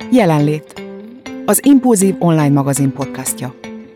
Jelenlét. Az Impulzív online magazin podcastja.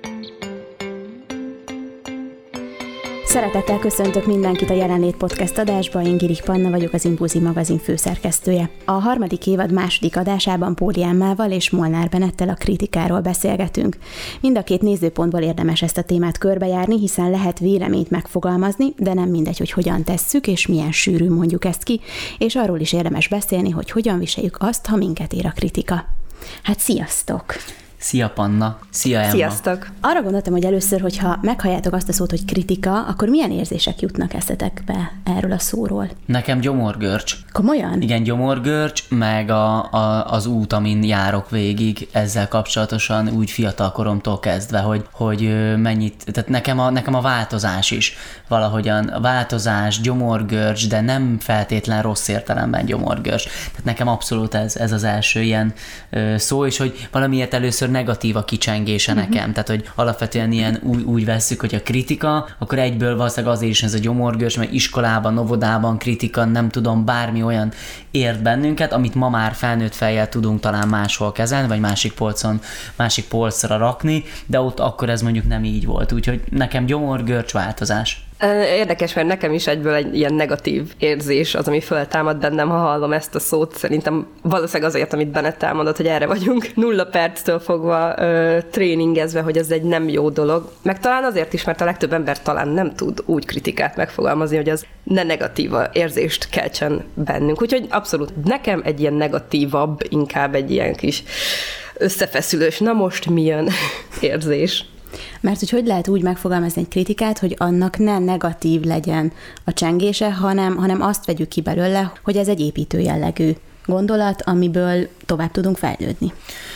Szeretettel köszöntök mindenkit a Jelenlét podcast adásba, én Girik Panna vagyok, az Impulzív magazin főszerkesztője. A harmadik évad második adásában Póli Emmával és Molnár Benettel a kritikáról beszélgetünk. Mind a két nézőpontból érdemes ezt a témát körbejárni, hiszen lehet véleményt megfogalmazni, de nem mindegy, hogy hogyan tesszük és milyen sűrűn mondjuk ezt ki, és arról is érdemes beszélni, hogy hogyan viseljük azt, ha minket ér a kritika. Hát sziasztok! Szia Panna! Szia Emma! Sziasztok! Arra gondoltam, hogy először, hogyha meghalljátok azt a szót, hogy kritika, akkor milyen érzések jutnak eszetekbe erről a szóról? Nekem gyomorgörcs. Komolyan? Igen, gyomorgörcs, meg az út, amin járok végig ezzel kapcsolatosan úgy fiatal koromtól kezdve, hogy mennyit, tehát nekem a változás is valahogyan, a változás, gyomorgörcs, de nem feltétlen rossz értelemben gyomorgörcs. Tehát nekem abszolút ez az első ilyen szó, és hogy valamiért először negatív a kicsengése nekem. Tehát, hogy alapvetően ilyen úgy vesszük, hogy a kritika, akkor egyből valószínűleg azért is ez a gyomorgörcs, mert iskolában, óvodában kritika, nem tudom, bármi olyan ért bennünket, amit ma már felnőtt fejjel tudunk talán máshol kezelni, vagy másik polcra rakni, de ott akkor ez mondjuk nem így volt. Úgyhogy nekem gyomorgörcs, változás. Érdekes, mert nekem is egyből egy ilyen negatív érzés az, ami föltámad bennem, ha hallom ezt a szót. Szerintem valószínűleg azért, amit Bennett elmondott, hogy erre vagyunk 0 perctől fogva tréningezve, hogy ez egy nem jó dolog. Meg talán azért is, mert a legtöbb ember talán nem tud úgy kritikát megfogalmazni, hogy az ne negatív érzést keltsen bennünk. Úgyhogy abszolút nekem egy ilyen negatívabb, inkább egy ilyen kis összefeszülős, na most mi jön érzés. Mert hogy lehet úgy megfogalmazni egy kritikát, hogy annak ne negatív legyen a csengése, hanem azt vegyük ki belőle, hogy ez egy építő jellegű gondolat, amiből tovább tudunk fejlődni.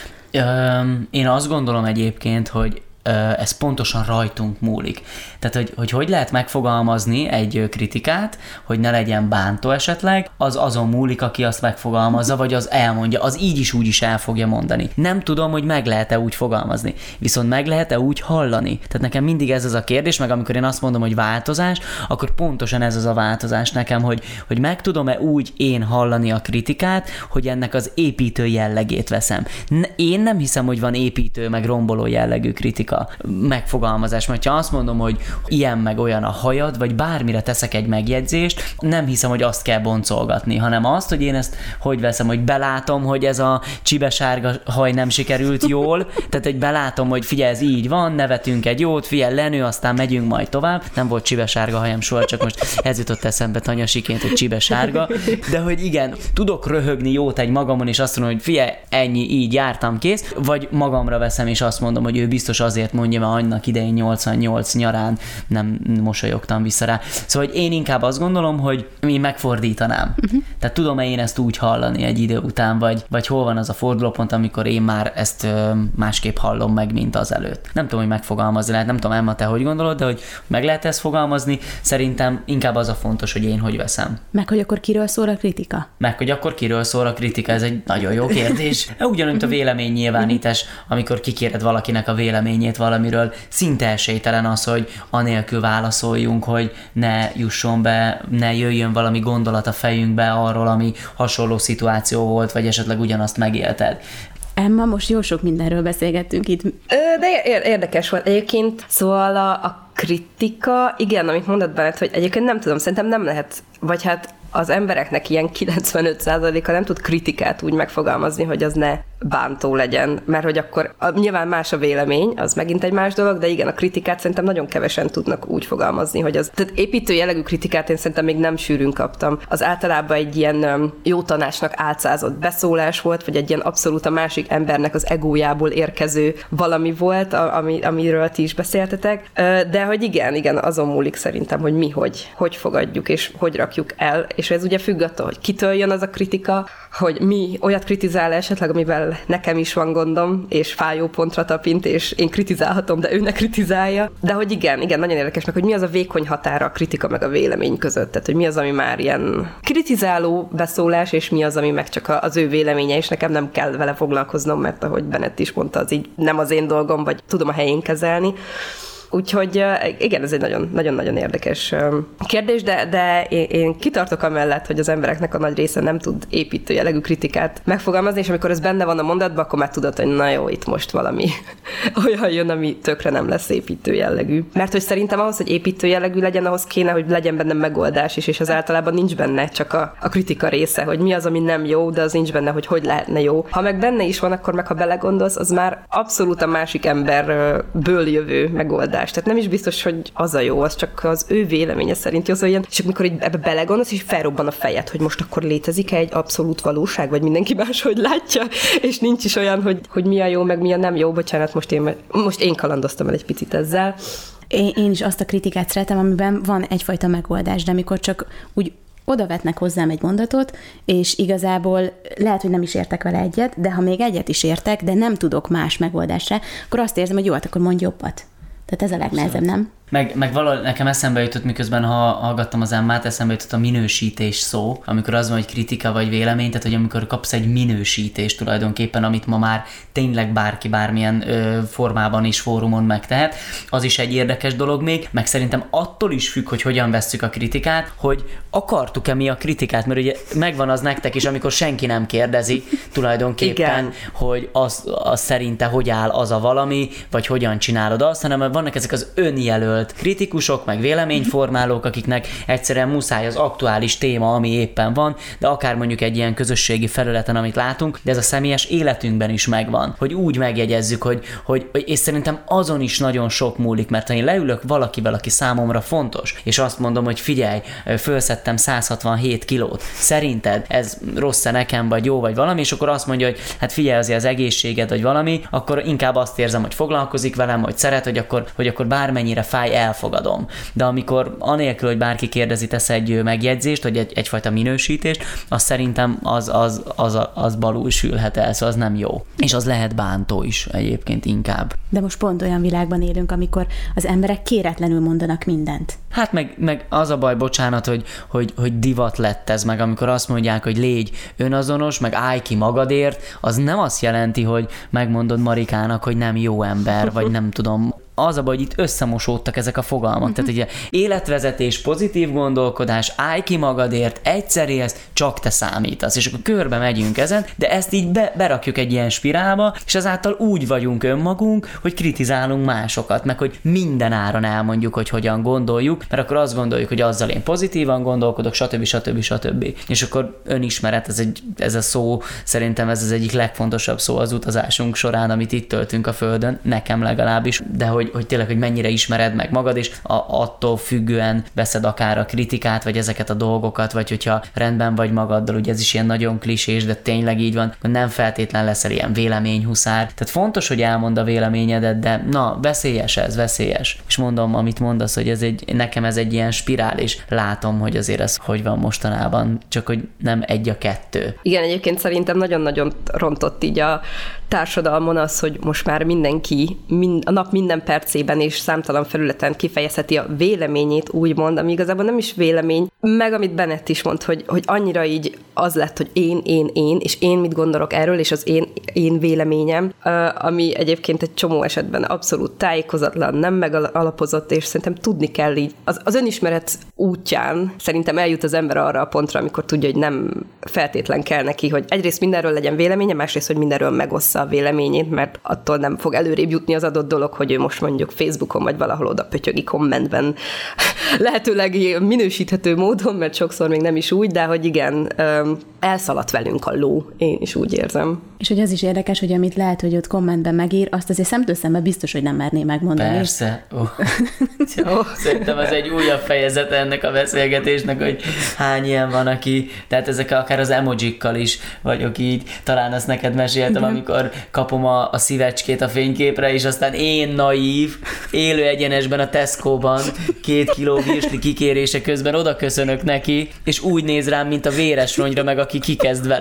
Én azt gondolom egyébként, hogy ez pontosan rajtunk múlik. Tehát, hogy lehet megfogalmazni egy kritikát, hogy ne legyen bántó esetleg, az azon múlik, aki azt megfogalmazza, vagy az elmondja, az így is úgy is el fogja mondani. Nem tudom, hogy meg lehet-e úgy fogalmazni, viszont meg lehet-e úgy hallani. Tehát nekem mindig ez az a kérdés, meg amikor én azt mondom, hogy változás, akkor pontosan ez az a változás nekem, hogy meg tudom-e úgy én hallani a kritikát, hogy ennek az építő jellegét veszem. Én nem hiszem, hogy van építő, meg romboló jellegű kritika megfogalmazás, mert ha azt mondom, hogy ilyen meg olyan a hajad, vagy bármire teszek egy megjegyzést, nem hiszem, hogy azt kell boncolgatni, hanem azt, hogy én ezt hogy veszem, hogy belátom, hogy ez a csibesárga haj nem sikerült jól, tehát egy belátom, hogy figyelj, ez így van, nevetünk egy jót, figyelj, lenő, aztán megyünk majd tovább. Nem volt csibesárga hajam soha, csak most ez jutott eszembe tanyasiként, hogy csibesárga, de hogy igen, tudok röhögni jót egy magamon, és azt mondom, hogy figyelj, ennyi, így jártam, kész, vagy magamra veszem, és azt mondom, hogy ő biztos azért mondja, mert annak idején 88 nyarán nem mosolyogtam vissza rá. Szóval, hogy én inkább azt gondolom, hogy én megfordítanám. Tehát tudom-e én ezt úgy hallani egy idő után, vagy hol van az a fordulópont, amikor én már ezt másképp hallom meg, mint az előtt. Nem tudom, hogy megfogalmazni lehet, nem tudom, Emma, te hogy gondolod, de hogy meg lehet ezt fogalmazni, szerintem inkább az a fontos, hogy én hogy veszem. Meg hogy akkor kiről szól a kritika? Meg hogy akkor kiről szól a kritika, ez egy nagyon jó kérdés. Ugyanúgy a véleménynyilvánítás, amikor kikéred valakinek a véleményét valamiről, szinte esélytelen az, hogy anélkül válaszoljunk, hogy ne jusson be, ne jöjjön valami gondolat a fejünkbe arról, ami hasonló szituáció volt, vagy esetleg ugyanazt megélted. Emma, most jó sok mindenről beszélgettünk itt. De érdekes volt egyébként. Szóval a kritika, igen, amit mondott Bennett, hogy egyébként nem tudom, szerintem nem lehet, vagy hát az embereknek ilyen 95%-a nem tud kritikát úgy megfogalmazni, hogy az ne bántó legyen, mert hogy akkor nyilván más a vélemény, az megint egy más dolog, de igen, a kritikát szerintem nagyon kevesen tudnak úgy fogalmazni, hogy az... Tehát építő jellegű kritikát én szerintem még nem sűrűn kaptam. Az általában egy ilyen jó tanácsnak álcázott beszólás volt, vagy egy ilyen abszolút a másik embernek az egójából érkező valami volt, amiről ti is beszéltetek, de hogy igen, azon múlik szerintem, hogy mi hogy fogadjuk, és hogy rakjuk el, és ez ugye függ attól, hogy kitől jön az a kritika, hogy mi olyat kritizál esetleg, amivel nekem is van gondom, és fájó pontra tapint, és én kritizálhatom, de ő ne kritizálja. De hogy igen, nagyon érdekes meg, hogy mi az a vékony határa a kritika meg a vélemény között. Tehát, hogy mi az, ami már ilyen kritizáló beszólás, és mi az, ami meg csak az ő véleménye, és nekem nem kell vele foglalkoznom, mert ahogy Bennett is mondta, az így nem az én dolgom, vagy tudom a helyén kezelni. Úgyhogy igen, ez egy nagyon-nagyon érdekes kérdés, de én kitartok amellett, hogy az embereknek a nagy része nem tud építő jellegű kritikát megfogalmazni, és amikor ez benne van a mondatban, akkor már tudod, hogy na jó, itt most valami olyan jön, ami tökre nem lesz építő jellegű. Mert hogy szerintem ahhoz, hogy építő jellegű legyen, ahhoz kéne, hogy legyen benne megoldás is, és az általában nincs benne csak a kritika része, hogy mi az, ami nem jó, de az nincs benne, hogy lehetne jó. Ha meg benne is van, akkor meg ha belegondolsz, az már abszolút a másik emberből jövő megoldás. Tehát nem is biztos, hogy az a jó, az csak az ő véleménye szerint az olyan, és amikor ebbe belegondolsz, és felrobban a fejed, hogy most akkor létezik-e egy abszolút valóság, vagy mindenki máshogy látja, és nincs is olyan, hogy mi a jó, meg mi a nem jó. Bocsánat, most én kalandoztam el egy picit ezzel. Én is azt a kritikát szeretem, amiben van egyfajta megoldás, de amikor csak úgy odavetnek hozzám egy mondatot, és igazából lehet, hogy nem is értek vele egyet, de ha még egyet is értek, de nem tudok más megoldásra, akkor azt érzem, hogy jó, akkor mondj jobbat. Tehát ez a legnehezebb, nem? Meg valahogy nekem eszembe jutott, miközben hallgattam az Emmát, eszembe jutott a minősítés szó, amikor az van, hogy kritika vagy vélemény, tehát hogy amikor kapsz egy minősítést tulajdonképpen, amit ma már tényleg bárki bármilyen formában is fórumon megtehet, az is egy érdekes dolog még, meg szerintem attól is függ, hogy hogyan vesszük a kritikát, hogy akartuk-e mi a kritikát, mert ugye megvan az nektek is, amikor senki nem kérdezi tulajdonképpen, igen, hogy az szerinte hogy áll az a valami, vagy hogyan csinálod azt, hanem vannak ezek az önjelölt kritikusok, meg véleményformálók, akiknek egyszerűen muszáj az aktuális téma, ami éppen van, de akár mondjuk egy ilyen közösségi felületen, amit látunk, de ez a személyes életünkben is megvan, hogy úgy megjegyezzük, hogy és szerintem azon is nagyon sok múlik, mert ha én leülök valakivel, aki számomra fontos, és azt mondom, hogy figyelj, fölszedtem 167 kilót, szerinted ez rossz-e nekem, vagy jó, vagy valami, és akkor azt mondja, hogy hát figyelj, azért az egészséged, vagy valami, akkor inkább azt érzem, hogy foglalkozik velem, hogy szeret, hogy akkor bármennyire fáj, elfogadom. De amikor anélkül, hogy bárki kérdezi, tesz egy megjegyzést, vagy egyfajta minősítést, az szerintem az balul sülhet el, szóval az nem jó. És az lehet bántó is egyébként inkább. De most pont olyan világban élünk, amikor az emberek kéretlenül mondanak mindent. Hát meg az a baj, bocsánat, hogy divat lett ez, meg amikor azt mondják, hogy légy önazonos, meg állj ki magadért, az nem azt jelenti, hogy megmondod Marikának, hogy nem jó ember, vagy nem tudom. Az a baj, hogy itt összemosódtak ezek a fogalmak. Tehát ugye életvezetés, pozitív gondolkodás, állj ki magadért, egyszer élsz, csak te számítasz. És akkor körbe megyünk ezen, de ezt így berakjuk egy ilyen spirálba, és ezáltal úgy vagyunk önmagunk, hogy kritizálunk másokat, meg hogy minden áron elmondjuk, hogy hogyan gondoljuk, mert akkor azt gondoljuk, hogy azzal én pozitívan gondolkodok, stb. És akkor önismeret, ez a szó, szerintem ez az egyik legfontosabb szó az utazásunk során, amit itt töltünk a Földön, nekem legalábbis, de hogy tényleg, hogy mennyire ismered meg magad, és attól függően veszed akár a kritikát, vagy ezeket a dolgokat, vagy hogyha rendben vagy magaddal, ugye ez is ilyen nagyon klisés, de tényleg így van, hogy nem feltétlen leszel ilyen véleményhuszár. Tehát fontos, hogy elmond a véleményedet, de na, veszélyes. És mondom, amit mondasz, hogy nekem ez egy ilyen spirál, és látom, hogy azért ez hogy van mostanában, csak hogy nem 1-2. Igen, egyébként szerintem nagyon-nagyon rontott így a társadalmon az, hogy most már mindenki a nap minden percében és számtalan felületen kifejezheti a véleményét, úgymond, ami igazából nem is vélemény, meg amit Bennett is mond, hogy annyira így az lett, hogy én, és én mit gondolok erről, és az én véleményem, ami egyébként egy csomó esetben abszolút tájékozatlan, nem megalapozott, és szerintem tudni kell így. Az önismeret útján szerintem eljut az ember arra a pontra, amikor tudja, hogy nem feltétlen kell neki, hogy egyrészt mindenről legyen véleménye, másrészt, hogy mindenről megossza a véleményét, mert attól nem fog előrébb jutni az adott dolog, hogy ő most mondjuk Facebookon, vagy valahol oda pötyögi kommentben lehetőleg minősíthető módon, mert sokszor még nem is úgy, de hogy igen, elszaladt velünk a ló, én is úgy érzem. És hogy az is érdekes, hogy amit lehet, hogy ott kommentben megír, azt azért szemtől szemben biztos, hogy nem merné megmondani. Persze. Szerintem ez egy újabb fejezete ennek a beszélgetésnek, hogy hány ilyen van, aki, tehát ezek akár az emojikkal is vagyok így, talán azt neked meséltem, amikor kapom a szívecskét a fényképre, és aztán én naív, élő egyenesben a Tesco-ban 2 kiló virsli kikérése közben oda köszönök neki, és úgy néz rám, mint a véres rongyra, meg aki kikezd veled.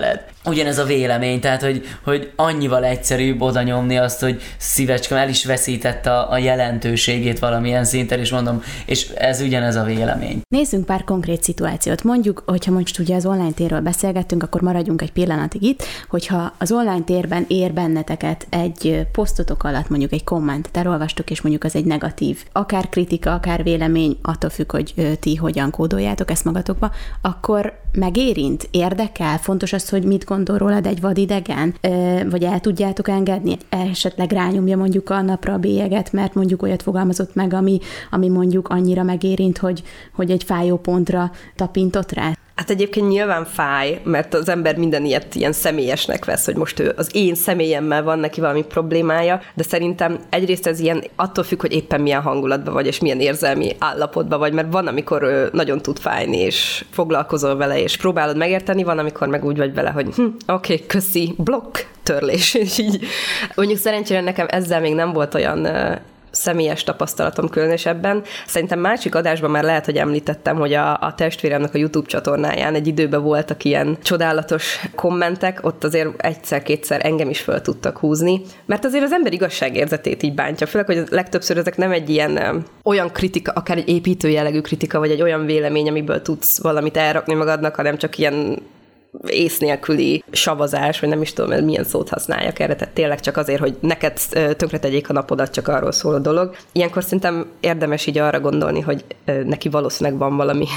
ugyanez a vélemény, tehát hogy annyival egyszerűbb oda nyomni azt, hogy szívecském, el is veszített a jelentőségét valamilyen szinten, és mondom, és ez ugyanez a vélemény. Nézzünk pár konkrét szituációt. Mondjuk, hogyha most ugye az online térről beszélgettünk, akkor maradjunk egy pillanatig itt, hogyha az online térben ér benneteket egy posztotok alatt mondjuk egy komment, elolvastuk, és mondjuk az egy negatív, akár kritika, akár vélemény, attól függ, hogy ti hogyan kódoljátok ezt magatokba, akkor megérint, érdekel, fontos az, hogy mit gondol rólad egy vadidegen, vagy el tudjátok engedni, esetleg rányomja mondjuk a napra a bélyeget, mert mondjuk olyat fogalmazott meg, ami mondjuk annyira megérint, hogy egy fájó pontra tapintott rá. Hát egyébként nyilván fáj, mert az ember minden ilyet ilyen személyesnek vesz, hogy most ő az én személyemmel van neki valami problémája, de szerintem egyrészt ez ilyen attól függ, hogy éppen milyen hangulatban vagy, és milyen érzelmi állapotban vagy, mert van, amikor nagyon tud fájni, és foglalkozol vele, és próbálod megérteni, van, amikor meg úgy vagy vele, hogy oké, köszi, blokk, törlés, és így. Mondjuk szerencsére nekem ezzel még nem volt olyan személyes tapasztalatom különösebben. Szerintem másik adásban már lehet, hogy említettem, hogy a testvéremnek a YouTube csatornáján egy időben voltak ilyen csodálatos kommentek, ott azért egyszer-kétszer engem is föl tudtak húzni, mert azért az ember igazságérzetét így bántja, főleg, hogy legtöbbször ezek nem egy ilyen olyan kritika, akár egy építő jellegű kritika, vagy egy olyan vélemény, amiből tudsz valamit elrakni magadnak, hanem csak ilyen ész nélküli savazás, vagy nem is tudom, milyen szót használjak erre, tehát tényleg csak azért, hogy neked tönkretegyék a napodat, csak arról szól a dolog. Ilyenkor szerintem érdemes így arra gondolni, hogy neki valószínűleg van valami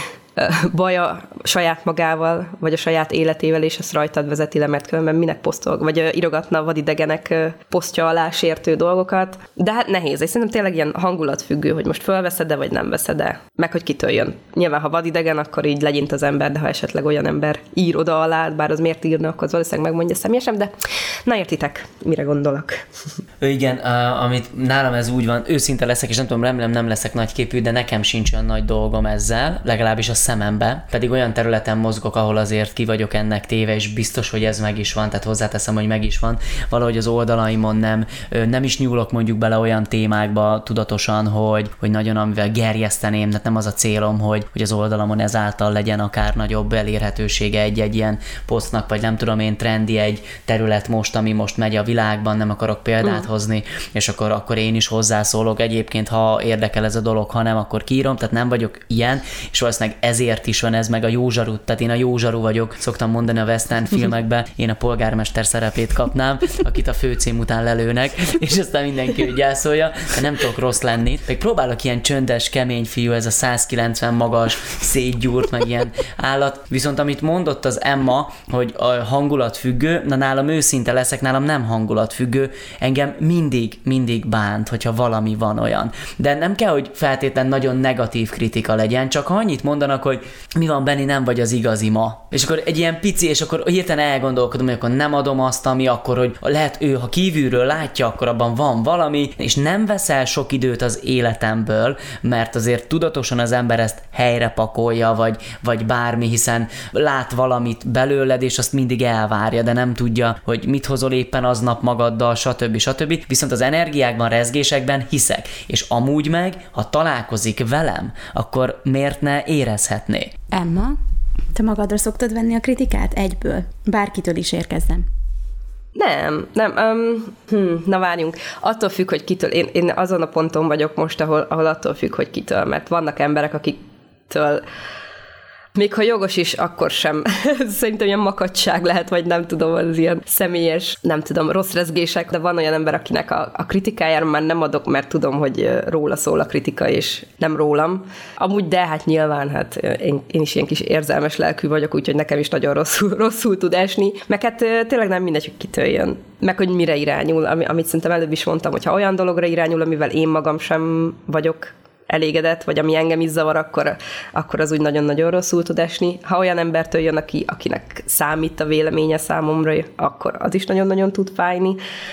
baja saját magával, vagy a saját életével, és ezt rajtad vezeti le, mert különben minek posztol, vagy írogatna a vadidegenek posztja alá sértő dolgokat. De hát nehéz, és szerintem tényleg ilyen hangulatfüggő, hogy most fölveszed-e, vagy nem veszed-e, meg hogy kitől jön. Nyilván, ha vadidegen, akkor így legyint az ember, de ha esetleg olyan ember ír oda alá, bár az miért írna, akkor az valószínűleg megmondja személyesen, de na értitek, mire gondolok. Igen, amit nálam ez úgy van, őszinte leszek, és nem tudom, remélem nem leszek nagyképű, de nekem sincs olyan nagy dolgom ezzel, legalábbis a szemembe, pedig olyan területen mozgok, ahol azért ki vagyok ennek téve, és biztos, hogy ez meg is van, tehát hozzáteszem, hogy meg is van. Valahogy az oldalaimon nem is nyúlok mondjuk bele olyan témákba tudatosan, hogy nagyon amivel gerjeszteném, tehát nem az a célom, hogy az oldalamon ezáltal legyen akár nagyobb elérhetősége egy ilyen posztnak, vagy nem tudom én, trendi egy terület most, ami most megy a világban, nem akarok példát hozni, és akkor én is hozzászólok. Egyébként, ha érdekel ez a dolog, ha nem, akkor kiírom, tehát nem vagyok ilyen, és valószínűleg ezért is van ez, meg a jó zsaru, tehát én a jó zsaru vagyok, szoktam mondani a western filmekben, én a polgármester szerepét kapnám, akit a főcím után lelőnek, és aztán mindenki úgy elszólja, de nem tudok rossz lenni. Még próbálok ilyen csöndes, kemény fiú, ez a 190 magas, szétgyúrt, meg ilyen állat. Viszont amit mondott az Emma, hogy a hangulatfüggő, na nálam őszinte leszek, nálam nem hangulatfüggő, engem mindig bánt, hogyha valami van olyan. De nem kell, hogy feltétlen nagyon negatív kritika legyen, csak ha annyit mondanak, hogy mi van, Benni, nem vagy az igazi ma. És akkor egy ilyen pici, és akkor hirtelen elgondolkodom, hogy akkor nem adom azt, ami akkor, hogy lehet ő, ha kívülről látja, akkor abban van valami, és nem veszel sok időt az életemből, mert azért tudatosan az ember ezt helyre pakolja, vagy bármi, hiszen lát valamit belőled, és azt mindig elvárja, de nem tudja, hogy mit hozol éppen aznap magaddal, stb. Viszont az energiákban, rezgésekben hiszek, és amúgy meg, ha találkozik velem, akkor miért ne érezhetné? Emma, te magadra szoktad venni a kritikát egyből? Bárkitől is érkezzen. Nem. Na várjunk. Attól függ, hogy kitől. Én azon a ponton vagyok most, ahol attól függ, hogy kitől, mert vannak emberek, akiktől még ha jogos is, akkor sem. Szerintem ilyen makacság lehet, vagy nem tudom, az ilyen személyes, nem tudom, rossz rezgések, de van olyan ember, akinek a kritikájára már nem adok, mert tudom, hogy róla szól a kritika, és nem rólam. Amúgy, de hát nyilván, hát én is ilyen kis érzelmes lelkű vagyok, úgyhogy nekem is nagyon rosszul tud esni. Meg hát tényleg nem mindegy, hogy kitől jön. Meg hogy mire irányul, amit szerintem előbb is mondtam, hogy ha olyan dologra irányul, amivel én magam sem vagyok elégedett, vagy ami engem is zavar, akkor az úgy nagyon-nagyon rosszul tud esni. Ha olyan embertől jön, akinek számít a véleménye számomra, akkor az is nagyon-nagyon tud fájni.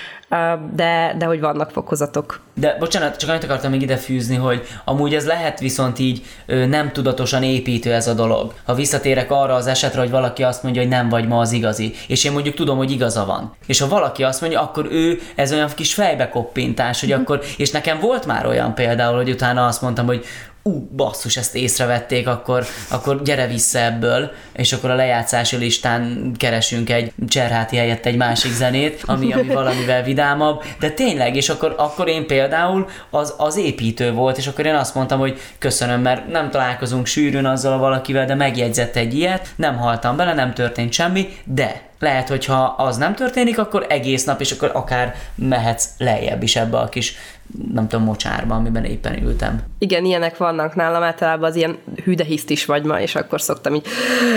De hogy vannak fokozatok. De bocsánat, csak annyit akartam még ide fűzni, hogy amúgy ez lehet viszont így nem tudatosan építő ez a dolog. Ha visszatérek arra az esetre, hogy valaki azt mondja, hogy nem vagy ma az igazi, és én mondjuk tudom, hogy igaza van. És ha valaki azt mondja, akkor ez olyan kis fejbekoppintás, hogy akkor, és nekem volt már olyan például, hogy utána azt mondtam, hogy basszus, ezt észrevették, akkor gyere vissza ebből, és akkor a lejátszási listán keresünk egy Cserháti helyett egy másik zenét, ami valamivel vidámabb, de tényleg, és akkor én például az építő volt, és akkor én azt mondtam, hogy köszönöm, mert nem találkozunk sűrűn azzal a valakivel, de megjegyzett egy ilyet, nem haltam bele, nem történt semmi, de lehet, hogyha az nem történik, akkor egész nap, és akkor akár mehetsz lejjebb is ebbe a kis, nem tudom, mocsárba, amiben éppen ültem. Igen, ilyenek vannak nálam, általában az ilyen hűdehiszt is vagy ma, és akkor szoktam így,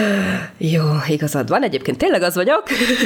jó, igazad van, egyébként tényleg az vagyok.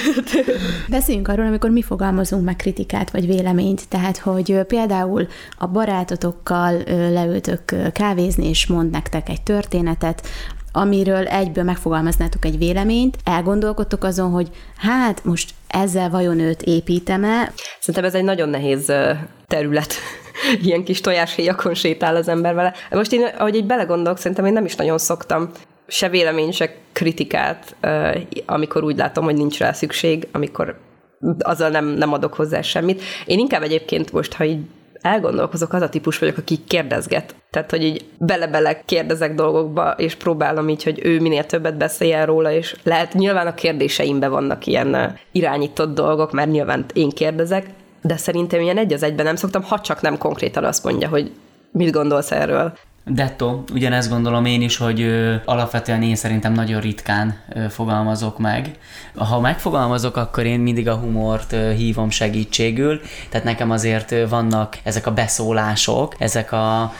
Beszéljünk arról, amikor mi fogalmazunk meg kritikát vagy véleményt, tehát, hogy például a barátotokkal leültök kávézni, és mond nektek egy történetet, amiről egyből megfogalmaznátok egy véleményt, elgondolkodtok azon, hogy hát most ezzel vajon őt építem-e? Szerintem ez egy nagyon nehéz terület. Ilyen kis tojáshéjakon sétál az ember vele. Most én, ahogy így belegondolok, szerintem én nem is nagyon szoktam se vélemény, se kritikát, amikor úgy látom, hogy nincs rá szükség, amikor azzal nem adok hozzá semmit. Én inkább egyébként most, ha így elgondolkozok, az a típus vagyok, aki kérdezget. Tehát, hogy így bele-bele kérdezek dolgokba, és próbálom így, hogy ő minél többet beszéljen róla, és lehet, nyilván a kérdéseimben vannak ilyen irányított dolgok, mert nyilván én kérdezek, de szerintem ilyen egy az egyben nem szoktam, ha csak nem konkrétan azt mondja, hogy mit gondolsz erről. Dettó, ugyanezt gondolom én is, hogy alapvetően én szerintem nagyon ritkán fogalmazok meg. Ha megfogalmazok, akkor én mindig a humort hívom segítségül, tehát nekem azért vannak ezek a beszólások, ezek a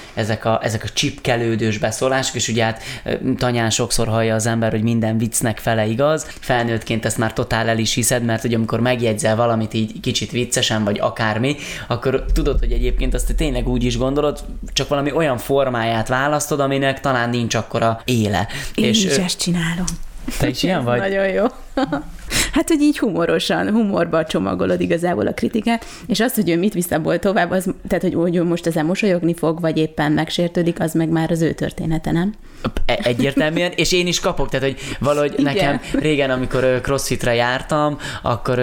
csipkelődős beszólások, és ugye hát tanyán sokszor hallja az ember, hogy minden viccnek fele igaz. Felnőttként ezt már totál el is hiszed, mert hogy amikor megjegyzel valamit így kicsit viccesen, vagy akármi, akkor tudod, hogy egyébként azt tényleg úgy is gondolod, csak valami olyan formáját választod, aminek talán nincs akkora éle. Én is ezt csinálom. Te is ilyen vagy? Nagyon jó. Hát, hogy így humorba csomagolod igazából a kritikát, és azt, hogy ő mit visz abból tovább, az, tehát, hogy ő most ezen mosolyogni fog, vagy éppen megsértődik, az meg már az ő története, nem? Egyértelműen, és én is kapok, tehát, hogy valahogy igen. Nekem régen, amikor crossfitre jártam, akkor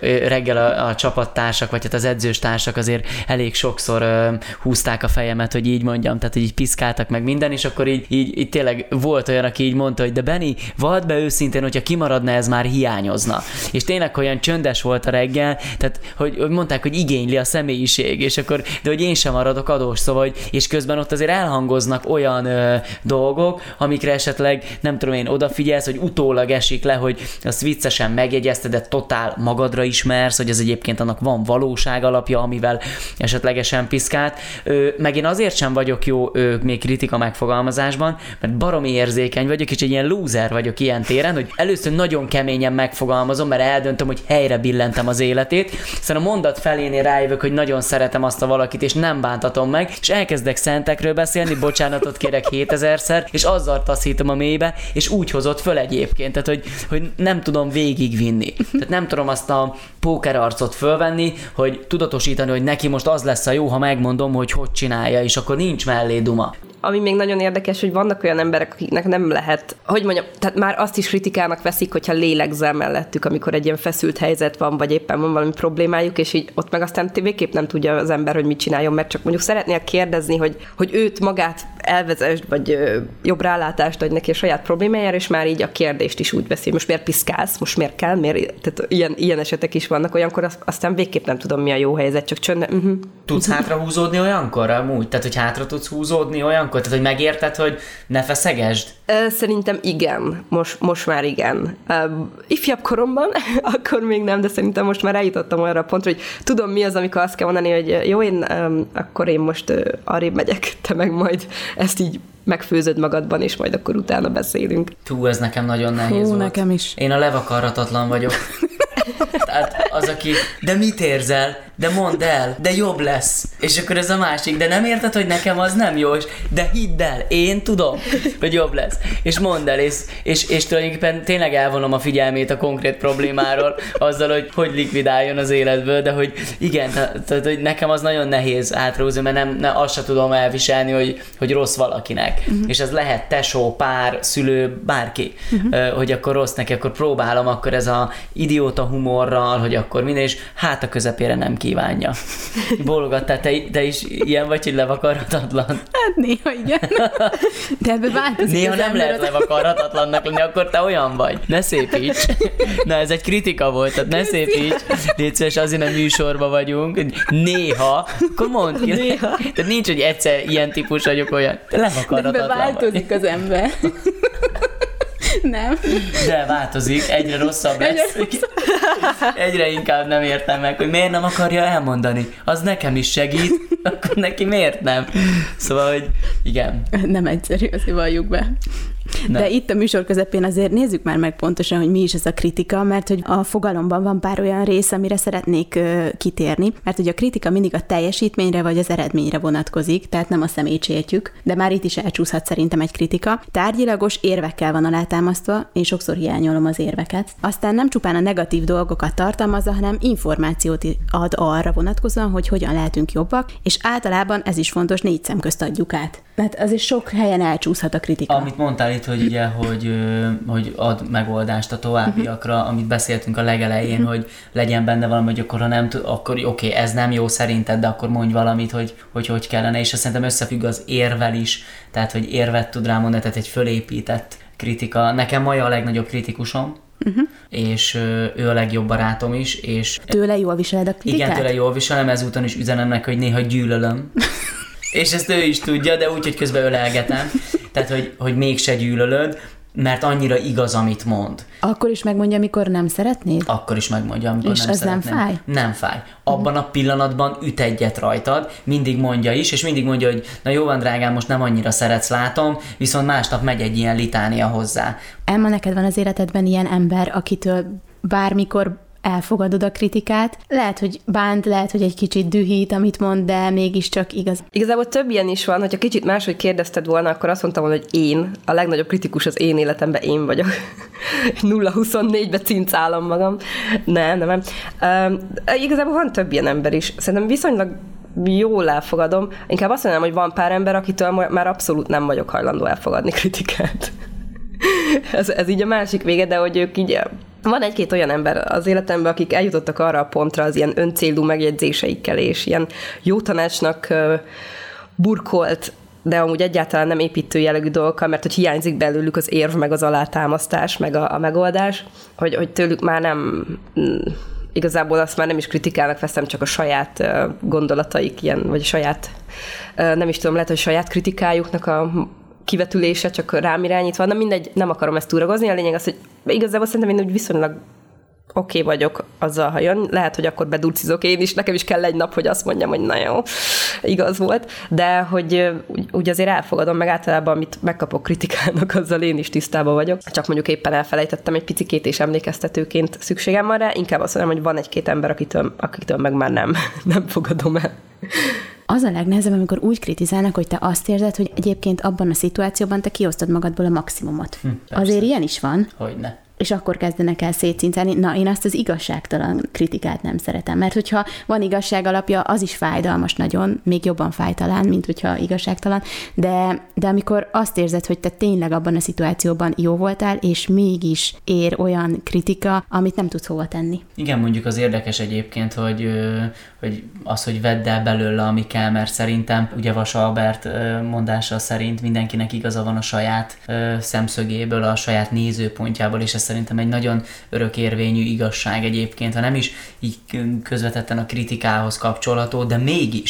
reggel a csapattársak, vagy hát az edzőstársak azért elég sokszor húzták a fejemet, hogy így mondjam, tehát, hogy így piszkáltak meg minden, és akkor így tényleg volt olyan, aki így mondta, hogy de Benni, vald be őszintén, hogyha kimaradna, ez már hiányozna. És tényleg olyan csöndes volt a reggel, tehát, hogy mondták, hogy igényli a személyiség, és akkor, de hogy én sem maradok adós, szóval, és közben ott azért elhangoznak olyan dolgok, amikre esetleg, nem tudom én, odafigyelsz, hogy utólag esik le, hogy azt viccesen megjegyezted, de totál magadra ismersz, hogy ez egyébként annak van valóság alapja, amivel esetlegesen piszkált. Meg én azért sem vagyok jó még kritika megfogalmazásban, mert baromi érzékeny vagyok, és egy ilyen loser vagyok ilyen téren, hogy először nagyon keményen megfogalmazom, mert eldöntöm, hogy helyre billentem az életét, aztán a mondat felénél rájövök, hogy nagyon szeretem azt a valakit, és nem bántatom meg, és elkezdek szentekről beszélni, bocsánatot kérek 7000-szer, és azzal taszítom a mélybe, és úgy hozott föl egyébként, tehát hogy nem tudom végigvinni. Tehát nem tudom azt a pókerarcot fölvenni, hogy tudatosítani, hogy neki most az lesz a jó, ha megmondom, hogy csinálja, és akkor nincs mellé duma. Ami még nagyon érdekes, hogy vannak olyan emberek, akiknek nem lehet, hogy mondjam, tehát már azt is kritikának veszik, hogyha lélegzel mellettük, amikor egy ilyen feszült helyzet van, vagy éppen van valami problémájuk, és így ott meg aztán végképp nem tudja az ember, hogy mit csináljon, mert csak mondjuk szeretnél kérdezni, hogy őt magát elvezesd, vagy jobb rálátást adj neki a saját problémájára, és már így a kérdést is úgy veszi, most miért piszkálsz, most miért kell, tehát ilyen esetek is vannak, olyankor aztán végképp nem tudom, mi a jó helyzet, csak csönd. Tudsz hátrahúzódni olyankor amúgy? Tehát, hogy hátra tudsz húzódni olyankor? Tehát, hogy megérted, hogy ne feszegesd? Szerintem igen. Most már igen. Ifjabb koromban, akkor még nem, de szerintem most már eljutottam arra a pontra, hogy tudom mi az, amikor azt kell mondani, hogy jó, akkor én most arrébb megyek, te meg majd ezt így megfőzöd magadban, és majd akkor utána beszélünk. Ez nekem nagyon nehéz volt. Nekem is. Én a levakarhatatlan vagyok. Tehát az, aki, de mit érzel? De mondd el, de jobb lesz. És akkor ez a másik, de nem érted, hogy nekem az nem jó, de hidd el, én tudom, hogy jobb lesz. És mondd el, és tulajdonképpen tényleg elvonom a figyelmét a konkrét problémáról, azzal, hogy likvidáljon az életből, de hogy igen, tehát hogy nekem az nagyon nehéz átrúzni, mert nem azt se tudom elviselni, hogy rossz valakinek. És ez lehet tesó, pár, szülő, bárki, hogy akkor rossz neki, akkor próbálom, akkor ez a idióta humorral, hogy akkor minden, és hát a közepére nem kívánja. Bólogattál, te is ilyen vagy, hogy levakarhatatlan? Hát néha igen. De ebbe változik. Néha nem lehet levakarhatatlannak lenni, akkor te olyan vagy. Ne szépíts. Na, ez egy kritika volt, tehát ne szépíts. Légy szíves, azért nem műsorban vagyunk. Néha, akkor mondd ki. Néha. Tehát nincs, hogy egyszer ilyen típus vagyok olyan. Te levakarhatatlan vagy. Változik az ember. Nem. De változik, egyre rosszabb lesz. Egyre inkább nem értem meg, hogy miért nem akarja elmondani. Az nekem is segít, akkor neki miért nem? Szóval, hogy igen. Nem egyszerű, azért valljuk be. Nem. De itt a műsor közepén azért nézzük már meg pontosan, hogy mi is ez a kritika, mert hogy a fogalomban van pár olyan rész, amire szeretnék kitérni, mert hogy a kritika mindig a teljesítményre vagy az eredményre vonatkozik, tehát nem a személyt sértjük, de már itt is elcsúszhat szerintem egy kritika. Tárgyilagos érvekkel van alátámasztva, én sokszor hiányolom az érveket. Aztán nem csupán a negatív dolgokat tartalmazza, hanem információt ad arra vonatkozóan, hogy hogyan lehetünk jobbak, és általában ez is fontos, 4 szem közt adjuk át. Mert azért sok helyen elcsúszhat a kritika. Amit mondtál itt, hogy ugye, hogy ad megoldást a továbbiakra, amit beszéltünk a legelején, hogy legyen benne valami, hogy akkor ha nem tud, akkor oké, ez nem jó szerinted, de akkor mondj valamit, hogy kellene, és azt szerintem összefügg az érvel is, tehát hogy érvet tud rámondani, tehát egy fölépített kritika. Nekem Maja a legnagyobb kritikusom, és ő a legjobb barátom is, és... Tőle jól viseled a kritikát? Igen, tőle jól viselem, ezúton is üzenem neki, hogy néha gyűlölöm. És ezt ő is tudja, de úgy, hogy közben ölelgetem. Tehát, hogy mégse gyűlölöd, mert annyira igaz, amit mond. Akkor is megmondja, amikor nem szeretnéd? Akkor is megmondja, amikor és nem szeretném. És az nem fáj? Nem fáj. Abban a pillanatban üt egyet rajtad, mindig mondja is, és mindig mondja, hogy na jó van, drágám, most nem annyira szeretsz, látom, viszont másnap megy egy ilyen litánia hozzá. Emma, neked van az életedben ilyen ember, akitől bármikor elfogadod a kritikát. Lehet, hogy bánt, lehet, hogy egy kicsit dühít, amit mond, de mégiscsak igaz. Igazából több ilyen is van, hogyha kicsit máshogy kérdezted volna, akkor azt mondtam volna, hogy én, a legnagyobb kritikus az én életemben én vagyok. 0-24-be cincálom magam. Nem. Igazából van több ilyen ember is. Szerintem viszonylag jól elfogadom. Inkább azt mondanám, hogy van pár ember, akitől már abszolút nem vagyok hajlandó elfogadni kritikát. ez így a másik vége, de hogy ők így... Van egy-két olyan ember az életemben, akik eljutottak arra a pontra az ilyen öncélú megjegyzéseikkel, és ilyen jó tanácsnak burkolt, de amúgy egyáltalán nem építő jellegű dolgokkal, mert hogy hiányzik belőlük az érv, meg az alátámasztás, meg a megoldás, hogy tőlük már nem... Igazából azt már nem is kritikálnak veszem, csak a saját gondolataik ilyen, vagy a saját, nem is tudom, lehet, hogy saját kritikájuknak a kivetülése, csak rám irányítva. Na mindegy, nem akarom ezt túragozni. A lényeg az, hogy igazából szerintem én úgy viszonylag oké vagyok azzal, ha jön. Lehet, hogy akkor bedurcizok én is. Nekem is kell egy nap, hogy azt mondjam, hogy na jó, igaz volt. De hogy úgy azért elfogadom, meg általában, amit megkapok kritikának, azzal én is tisztában vagyok. Csak mondjuk éppen elfelejtettem egy picikét, és emlékeztetőként szükségem van rá. Inkább azt mondom, hogy van egy-két ember, akitől meg már nem fogadom el. Az a legnehezebb, amikor úgy kritizálnak, hogy te azt érzed, hogy egyébként abban a szituációban te kiosztod magadból a maximumot. Azért ilyen is van. Hogyne. És akkor kezdenek el szétcincálni. Na, én azt az igazságtalan kritikát nem szeretem, mert hogyha van igazság alapja, az is fájdalmas nagyon, még jobban fáj talán, mint hogyha igazságtalan, de amikor azt érzed, hogy te tényleg abban a szituációban jó voltál, és mégis ér olyan kritika, amit nem tudsz hova tenni. Igen, mondjuk az érdekes egyébként, hogy az, hogy vedd el belőle, ami kell, mert szerintem ugye Vas Albert mondása szerint mindenkinek igaza van a saját szemszögéből, a saját nézőpontjából, és ez szerintem egy nagyon örökérvényű igazság egyébként, ha nem is így közvetetten a kritikához kapcsolható, de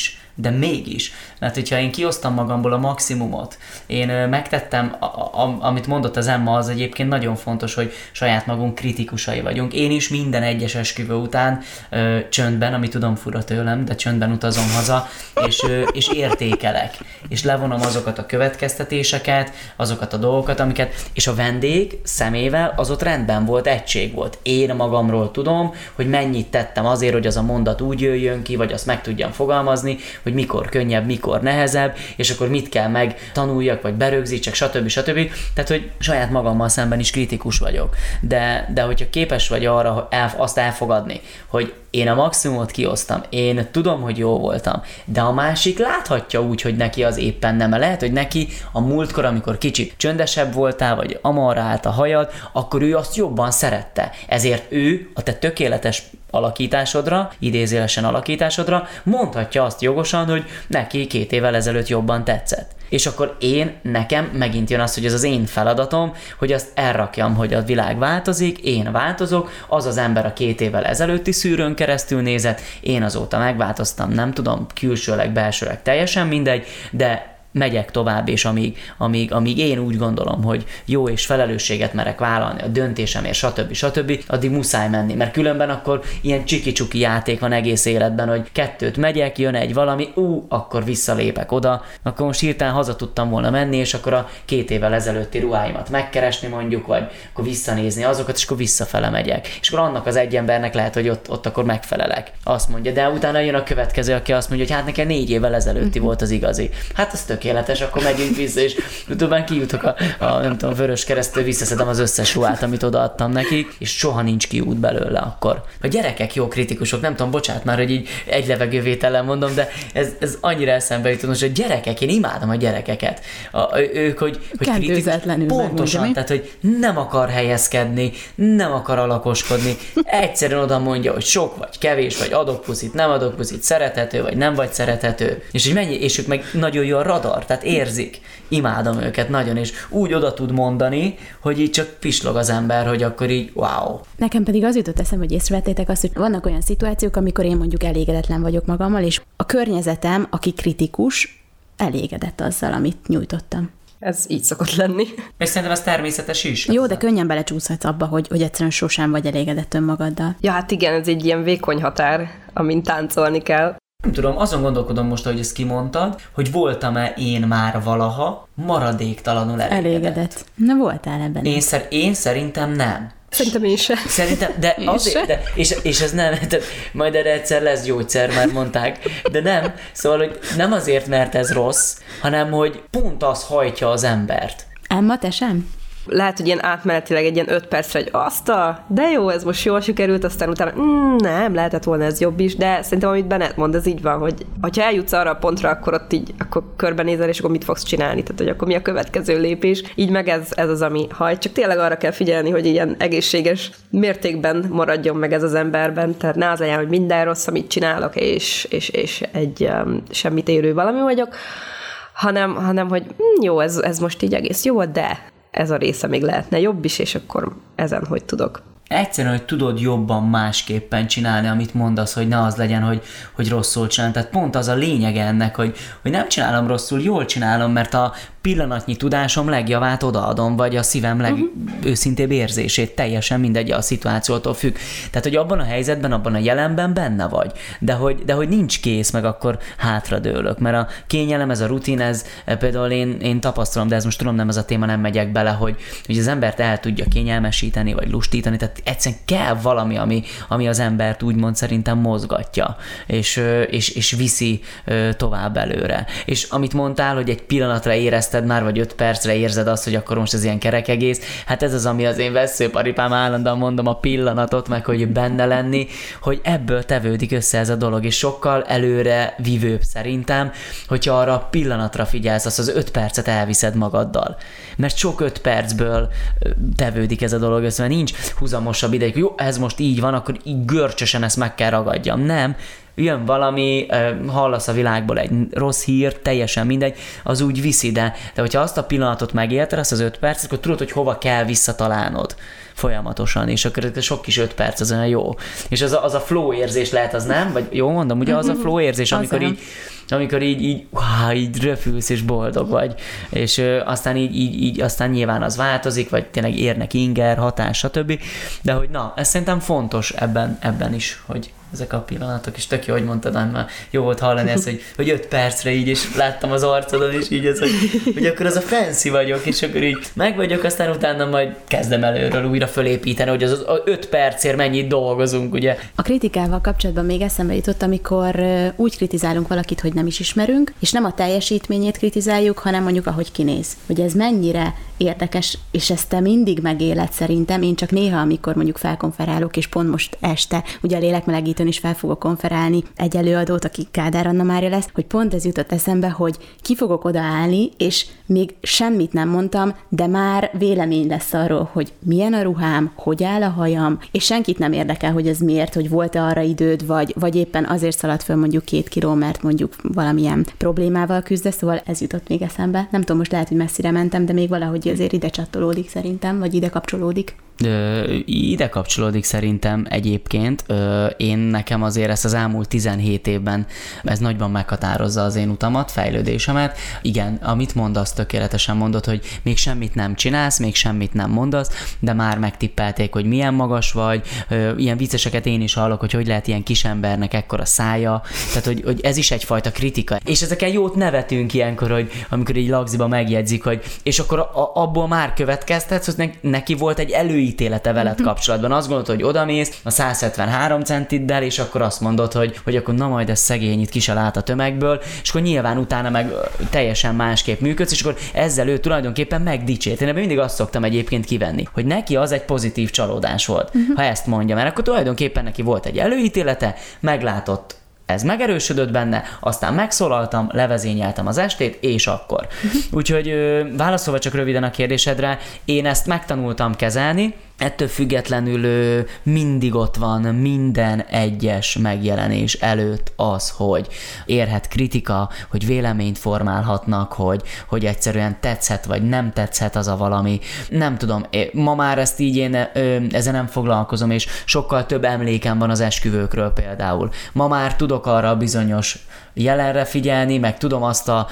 mégis. Mert hogyha én kiosztam magamból a maximumot, én megtettem, amit mondott az Emma, az egyébként nagyon fontos, hogy saját magunk kritikusai vagyunk. Én is minden egyes esküvő után csöndben, ami tudom fura tőlem, de csöndben utazom haza, és értékelek. És levonom azokat a következtetéseket, azokat a dolgokat, amiket, és a vendég szemével az ott rendben volt, egység volt. Én magamról tudom, hogy mennyit tettem azért, hogy az a mondat úgy jöjjön ki, vagy azt meg tudjam fogalmazni, hogy mikor könnyebb, mikor nehezebb, és akkor mit kell megtanuljak, vagy berögzítsek, stb. Tehát, hogy saját magammal szemben is kritikus vagyok. De hogyha képes vagy arra azt elfogadni, hogy én a maximumot kihoztam, én tudom, hogy jó voltam, de a másik láthatja úgy, hogy neki az éppen nem. Lehet, hogy neki a múltkor, amikor kicsit csöndesebb voltál, vagy amarra állt a hajad, akkor ő azt jobban szerette. Ezért ő a te tökéletes alakításodra, idézélesen alakításodra mondhatja azt jogosan, hogy neki 2 évvel ezelőtt jobban tetszett. És akkor nekem megint jön az, hogy ez az én feladatom, hogy azt elrakjam, hogy a világ változik, én változok, az az ember a 2 évvel ezelőtti szűrőn keresztül nézett, én azóta megváltoztam, nem tudom, külsőleg, belsőleg teljesen mindegy, de megyek tovább, és amíg én úgy gondolom, hogy jó és felelősséget merek vállalni a döntésemért, stb., addig muszáj menni, mert különben akkor ilyen csiki-csuki játék van egész életben, hogy 2 megyek, jön egy valami, akkor visszalépek oda, akkor most hirtelen haza tudtam volna menni, és akkor a 2 évvel ezelőtti ruháimat megkeresni mondjuk, vagy akkor visszanézni azokat, és akkor visszafele megyek. És akkor annak az egy embernek lehet, hogy ott akkor megfelelek. Azt mondja, de utána jön a következő, aki azt mondja, hogy hát nekem 4 évvel ezelőtti volt az igazi. Hát az tökéletes, akkor megyünk vissza, és utóbb kijutok a nem tudom, Vöröskeresztől, visszaszedem az összes ruhát, amit odaadtam nekik, és soha nincs kiút belőle akkor. A gyerekek jó kritikusok, nem tudom, bocsánat már, hogy így egy levegővétellel mondom, de ez annyira eszembe jutott, most a gyerekek, én imádom a gyerekeket. Ők, hogy kritikus, pontosan, tehát, hogy nem akar helyezkedni, nem akar alakoskodni, egyszerűen oda mondja, hogy sok vagy kevés, vagy adok puszit, nem adok puszit, szerethető, vagy nem vagy szerethető, és ők meg nagyon jó a radar, tehát érzik. Imádom őket nagyon, és úgy oda tud mondani, hogy így csak pislog az ember, hogy akkor így wow. Nekem pedig az jutott eszembe, hogy észrevettétek azt, hogy vannak olyan szituációk, amikor én mondjuk elégedetlen vagyok magammal, és a környezetem, aki kritikus, elégedett azzal, amit nyújtottam. Ez így szokott lenni. És szerintem ez természetes is. Jó, de könnyen belecsúszhatsz abba, hogy egyszerűen sosem vagy elégedett önmagaddal. Ja, hát igen, ez egy ilyen vékony határ, amin táncolni kell. Nem tudom, azon gondolkodom most, hogy ezt kimondtad, hogy voltam-e én már valaha maradéktalanul elégedett. Na, voltál ebben. Én szerintem nem. Szerintem én sem. Szerintem, de azért, de, és ez nem, tehát majd erre egyszer lesz gyógyszer, már mondták, de nem, szóval, hogy nem azért, mert ez rossz, hanem, hogy pont az hajtja az embert. Emma, te sem? Lehet, hogy ilyen átmenetileg egy ilyen 5 percre, hogy de jó, ez most jól sikerült, aztán utána nem, lehetett volna ez jobb is, de szerintem amit Bennett mond, ez így van, hogy ha eljutsz arra a pontra, akkor ott így, akkor körbenézel, és akkor mit fogsz csinálni, tehát hogy akkor mi a következő lépés, így meg ez az, ami hajt, csak tényleg arra kell figyelni, hogy ilyen egészséges mértékben maradjon meg ez az emberben, tehát ne az legyen, hogy minden rossz, amit csinálok, és egy semmit érő valami vagyok, hanem hogy jó, ez most így egész jó, de ez a része még lehetne jobb is, és akkor ezen hogy tudok. Egyszerűen, hogy tudod jobban másképpen csinálni, amit mondasz, hogy ne az legyen, hogy rosszul csinálom. Tehát pont az a lényege ennek, hogy nem csinálom rosszul, jól csinálom, mert a pillanatnyi tudásom legjavát odaadom, vagy a szívem legőszintébb érzését, teljesen mindegy, a szituációtól függ. Tehát, hogy abban a helyzetben, abban a jelenben benne vagy, de hogy nincs kész, meg akkor hátradőlök, mert a kényelem, ez a rutin, ez például én tapasztalom, de ez most tudom, nem ez a téma, nem megyek bele, hogy az embert el tudja kényelmesíteni, vagy lustítani, tehát egyszerűen kell valami, ami az embert úgymond szerintem mozgatja, és viszi tovább előre. És amit mondtál, hogy egy pillanatra érezted már, vagy 5 percre érzed azt, hogy akkor most ez ilyen kerek egész, hát ez az, ami az én vesszőparipám, állandóan mondom a pillanatot, meg hogy benne lenni, hogy ebből tevődik össze ez a dolog, és sokkal előre vívőbb szerintem, hogyha arra a pillanatra figyelsz, azt az 5 percet elviszed magaddal. Mert sok 5 percből tevődik ez a dolog össze, mert nincs húzamosabb ideig, jó, ez most így van, akkor így görcsösen ezt meg kell ragadjam. Nem, jön valami, hallasz a világból egy rossz hírt, teljesen mindegy, az úgy viszi, de hogyha azt a pillanatot megélted, azt az 5 percet, akkor tudod, hogy hova kell visszatalálnod folyamatosan, és akkor sok kis 5 perc az olyan jó. És az a flow érzés lehet, az nem? Vagy jó mondom, ugye az a flow érzés, amikor így röpülsz és boldog vagy, és aztán így aztán nyilván az változik, vagy tényleg érnek inger, hatás, stb. De hogy na, ez szerintem fontos ebben is, hogy ezek a pillanatok, és tök jó, hogy mondtad, Anna, jó volt hallani ezt, hogy 5 percre így, és láttam az arcodon, és így ez, hogy akkor az a fancy vagyok, és akkor így meg vagyok, aztán utána majd kezdem előről újra fölépíteni, hogy az 5 percért mennyit dolgozunk, ugye. A kritikával kapcsolatban még eszembe jutott, amikor úgy kritizálunk valakit, hogy nem is ismerünk, és nem a teljesítményét kritizáljuk, hanem mondjuk ahogy kinéz. Hogy ez mennyire érdekes, és ezt te mindig megéled szerintem, én csak néha, amikor mondjuk felkonferálok, és pont most este, ugye a lélekmelegítőn is fel fogok konferálni egy előadót, aki Kádár Anna Mária lesz, hogy pont ez jutott eszembe, hogy ki fogok odaállni, és még semmit nem mondtam, de már vélemény lesz arról, hogy milyen a ruhám, hogy áll a hajam, és senkit nem érdekel, hogy ez miért, hogy volt-e arra időd, vagy éppen azért szaladt föl mondjuk 2 kiló, mert mondjuk valamilyen problémával küzdesz, szóval ez jutott még eszembe. Nem tudom, most lehet, hogy messzire mentem, de még valahogy azért ide csatolódik szerintem, vagy ide kapcsolódik. Ide kapcsolódik szerintem egyébként. Én nekem azért ezt az elmúlt 17 évben ez nagyban meghatározza az én utamat, fejlődésemet. Igen, amit mondasz, tökéletesen mondod, hogy még semmit nem csinálsz, még semmit nem mondasz, de már megtippelték, hogy milyen magas vagy. Ilyen vicceseket én is hallok, hogy lehet ilyen kisembernek ekkora szája. Tehát, hogy ez is egyfajta kritika. És ezeken jót nevetünk ilyenkor, hogy amikor egy lagziba megjegyzik, hogy és akkor abból már következtetsz, hogy neki volt egy előítélete veled kapcsolatban. Azt gondolod, hogy odamész a 173 centiddel, és akkor azt mondod, hogy akkor na majd ez szegény, itt ki se lát a tömegből, és akkor nyilván utána meg teljesen másképp működsz, és akkor ezzel ő tulajdonképpen megdicsért. Én ebben mindig azt szoktam egyébként kivenni, hogy neki az egy pozitív csalódás volt, ha ezt mondja, mert akkor tulajdonképpen neki volt egy előítélete, meglátott, ez megerősödött benne, aztán megszólaltam, levezényeltem az estét, és akkor. Úgyhogy válaszolva csak röviden a kérdésedre, én ezt megtanultam kezelni, ettől függetlenül mindig ott van minden egyes megjelenés előtt az, hogy érhet kritika, hogy véleményt formálhatnak, hogy egyszerűen tetszhet, vagy nem tetszhet az a valami. Nem tudom, ma már ezt így én ezen nem foglalkozom, és sokkal több emlékem van az esküvőkről például. Ma már tudok arra a bizonyos jelenre figyelni, meg tudom azt a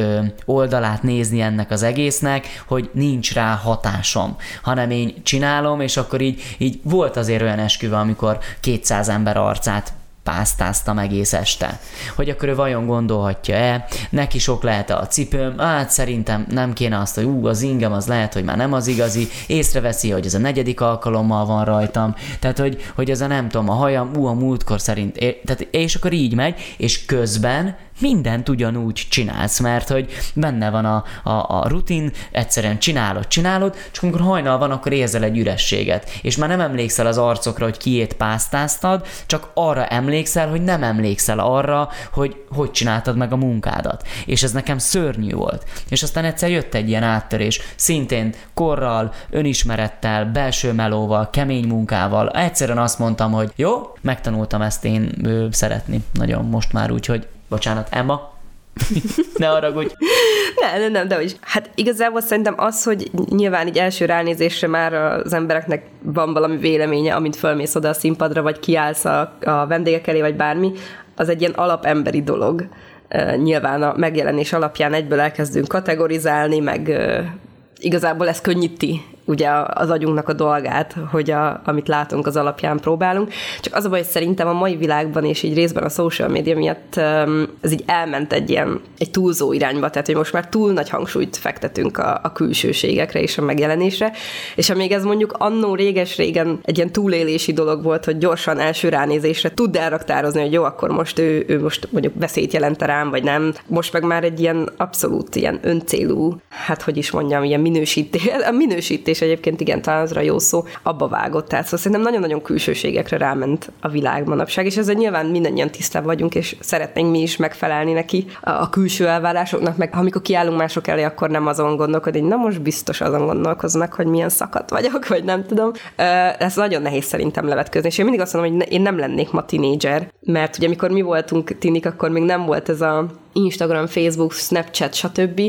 oldalát nézni ennek az egésznek, hogy nincs rá hatásom, hanem én csinálom, és akkor így volt azért olyan esküvő, amikor 200 ember arcát pásztáztam egész este. Hogy akkor ő vajon gondolhatja-e, neki sok lehet a cipőm, hát szerintem nem kéne azt, hogy az ingem az lehet, hogy már nem az igazi, észreveszi, hogy ez a 4. alkalommal van rajtam, tehát hogy ez a nem tudom, a hajam, a múltkor szerint, tehát, és akkor így megy, és közben mindent ugyanúgy csinálsz, mert hogy benne van a rutin, egyszerűen csinálod, csak amikor hajnal van, akkor érzel egy ürességet, és már nem emlékszel az arcokra, hogy kiét pásztáztad, csak arra emlékszel, hogy nem emlékszel arra, hogy csináltad meg a munkádat. És ez nekem szörnyű volt. És aztán egyszer jött egy ilyen áttörés, szintén korral, önismerettel, belső melóval, kemény munkával. Egyszerűen azt mondtam, hogy jó, megtanultam ezt én szeretni nagyon most már, úgyhogy bocsánat, Emma, ne haragudj. Nem, de hogy hát igazából szerintem az, hogy nyilván így első ránézésre már az embereknek van valami véleménye, amint fölmész oda a színpadra, vagy kiállsz a vendégek elé, vagy bármi, az egy ilyen alapemberi dolog. Nyilván a megjelenés alapján egyből elkezdünk kategorizálni, meg igazából ez könnyíti ugye az agyunknak a dolgát, hogy amit látunk, az alapján próbálunk. Csak az a baj, hogy szerintem a mai világban, és így részben a social media miatt ez így elment egy túlzó irányba, tehát hogy most már túl nagy hangsúlyt fektetünk a külsőségekre és a megjelenésre, és amíg ez mondjuk annó réges-régen egy ilyen túlélési dolog volt, hogy gyorsan első ránézésre tudd elraktározni, hogy jó, akkor most ő most mondjuk veszélyt jelent rám, vagy nem. Most meg már egy ilyen abszolút ilyen öncélú, hát hogy is mondjam, ilyen minősítés egyébként igen, talán azra jó szó, abba vágott. Tehát szóval szerintem nagyon-nagyon külsőségekre ráment a világ manapság, és ezzel nyilván mindannyian tisztában vagyunk, és szeretnénk mi is megfelelni neki a külső elvárásoknak, meg amikor kiállunk mások elé, akkor nem azon gondolkodni, hogy na most biztos azon gondolkoznak, hogy milyen szakadt vagyok, vagy nem tudom. Ez nagyon nehéz szerintem levetközni, és én mindig azt mondom, hogy én nem lennék ma tinédzser, mert ugye amikor mi voltunk tinik, akkor még nem volt ez a Instagram, Facebook, Snapchat, stb.,